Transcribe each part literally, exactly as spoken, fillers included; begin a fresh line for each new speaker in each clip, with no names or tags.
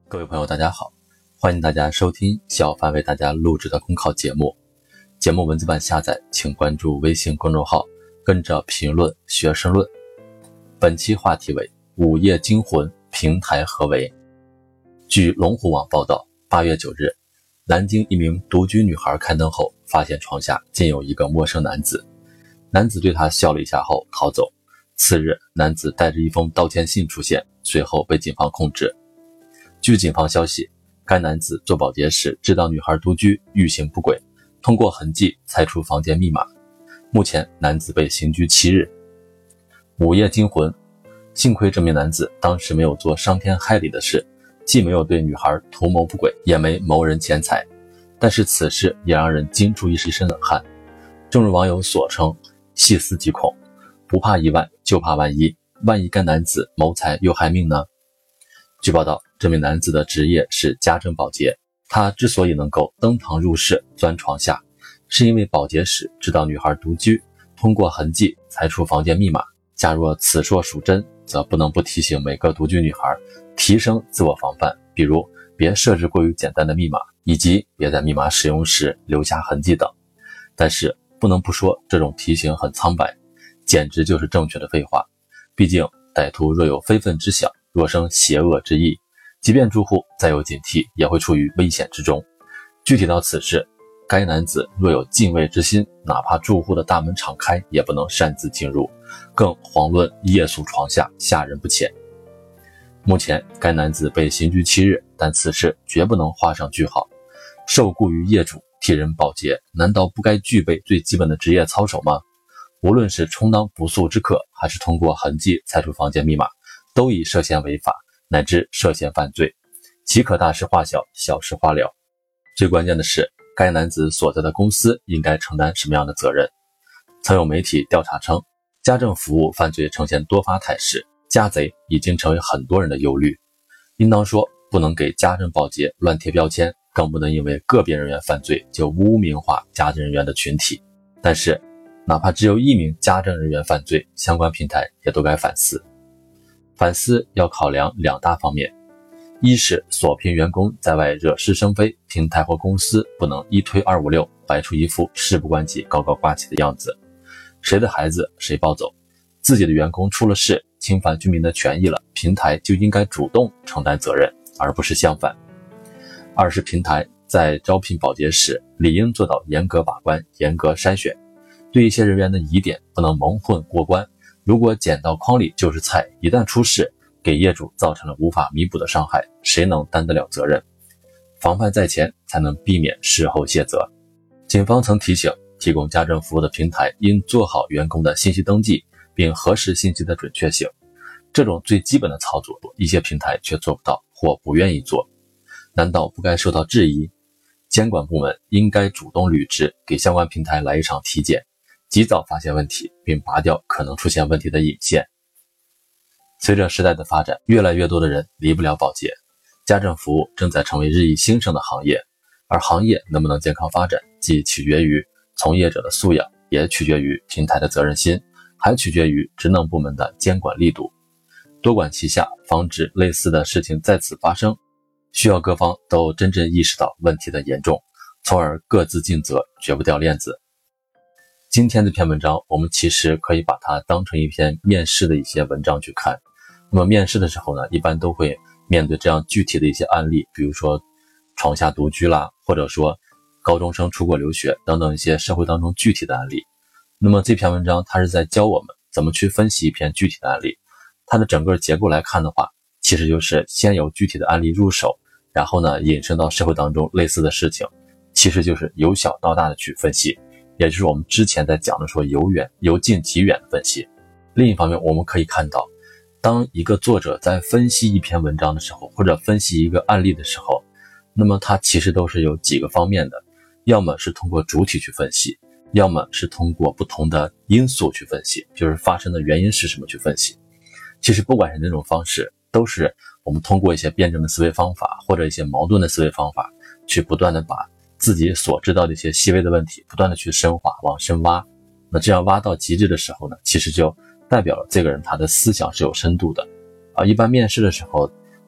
各位朋友大家好，欢迎大家收听小凡为大家录制的公考节目。节目文字版下载请关注微信公众号，跟着评论学申论。本期话题为午夜惊魂，平台何为。据龙虎网报道，八月九日，南京一名独居女孩开灯后发现床下竟有一个陌生男子，男子对她笑了一下后逃走。次日，男子带着一封道歉信出现，随后被警方控制。据警方消息，该男子做保洁时知道女孩独居，欲行不轨，通过痕迹猜出房间密码。目前男子被刑拘七日。午夜惊魂，幸亏这名男子当时没有做伤天害理的事，既没有对女孩图谋不轨，也没谋人钱财，但是此事也让人惊出一身冷汗。正如网友所称，细思极恐，不怕一万就怕万一，万一该男子谋财又害命呢？据报道，这名男子的职业是家政保洁，他之所以能够登堂入室钻床下，是因为保洁时知道女孩独居，通过痕迹猜出房间密码。假若此说属真，则不能不提醒每个独居女孩提升自我防范，比如别设置过于简单的密码，以及别在密码使用时留下痕迹等。但是不能不说这种提醒很苍白，简直就是正确的废话。毕竟歹徒若有非分之想，若生邪恶之意，即便住户再有警惕，也会处于危险之中。具体到此事，该男子若有敬畏之心，哪怕住户的大门敞开，也不能擅自进入，更遑论夜宿床下，吓人不浅。目前该男子被刑拘七日，但此事绝不能画上句号。受雇于业主替人保洁，难道不该具备最基本的职业操守吗？无论是充当不速之客，还是通过痕迹猜出房间密码，都已涉嫌违法，乃至涉嫌犯罪，岂可大事化小，小事化了。最关键的是，该男子所在的公司应该承担什么样的责任？曾有媒体调查称，家政服务犯罪呈现多发态势，家贼已经成为很多人的忧虑。应当说，不能给家政保洁乱贴标签，更不能因为个别人员犯罪就污名化家政人员的群体。但是哪怕只有一名家政人员犯罪，相关平台也都该反思。反思要考量两大方面，一是所聘员工在外惹是生非，平台或公司不能一推二五六，摆出一副事不关己高高挂起的样子，谁的孩子谁抱走，自己的员工出了事，侵犯居民的权益了，平台就应该主动承担责任，而不是相反。二是平台在招聘保洁时，理应做到严格把关，严格筛选，对一些人员的疑点不能蒙混过关。如果捡到筐里就是菜，一旦出事，给业主造成了无法弥补的伤害，谁能担得了责任？防范在前，才能避免事后卸责。警方曾提醒，提供家政服务的平台应做好员工的信息登记，并核实信息的准确性。这种最基本的操作，一些平台却做不到或不愿意做，难道不该受到质疑？监管部门应该主动履职，给相关平台来一场体检，及早发现问题，并拔掉可能出现问题的引线。随着时代的发展，越来越多的人离不了保洁，家政服务正在成为日益兴盛的行业，而行业能不能健康发展，既取决于从业者的素养，也取决于平台的责任心，还取决于职能部门的监管力度。多管齐下，防止类似的事情再次发生，需要各方都真正意识到问题的严重，从而各自尽责，绝不掉链子。今天这篇文章，我们其实可以把它当成一篇面试的一些文章去看。那么面试的时候呢，一般都会面对这样具体的一些案例，比如说床下独居啦，或者说高中生出国留学等等一些社会当中具体的案例。那么这篇文章它是在教我们怎么去分析一篇具体的案例。它的整个结构来看的话，其实就是先由具体的案例入手，然后呢引申到社会当中类似的事情，其实就是由小到大的去分析，也就是我们之前在讲的说由远由近及远的分析。另一方面，我们可以看到，当一个作者在分析一篇文章的时候，或者分析一个案例的时候，那么它其实都是有几个方面的，要么是通过主体去分析，要么是通过不同的因素去分析，就是发生的原因是什么去分析。其实不管是哪种方式，都是我们通过一些辩证的思维方法，或者一些矛盾的思维方法，去不断的把自己所知道的一些细微的问题不断的去深化，往深挖。那这样挖到极致的时候呢，其实就代表了这个人他的思想是有深度的啊。一般面试的时候，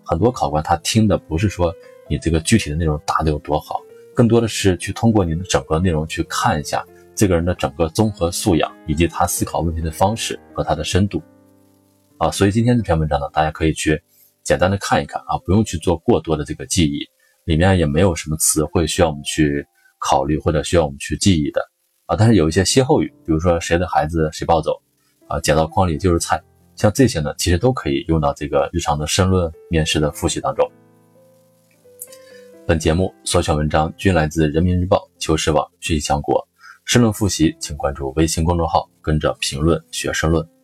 很多考官他听的不是说你这个具体的内容答得有多好，更多的是去通过你的整个内容去看一下这个人的整个综合素养，以及他思考问题的方式和他的深度啊。所以今天这篇文章呢，大家可以去简单的看一看啊，不用去做过多的这个记忆，里面也没有什么词汇需要我们去考虑或者需要我们去记忆的啊。但是有一些歇后语，比如说谁的孩子谁抱走啊，捡到筐里就是菜，像这些呢，其实都可以用到这个日常的申论面试的复习当中。本节目所选文章均来自人民日报、求是网、学习强国。申论复习请关注微信公众号，跟着评论学申论。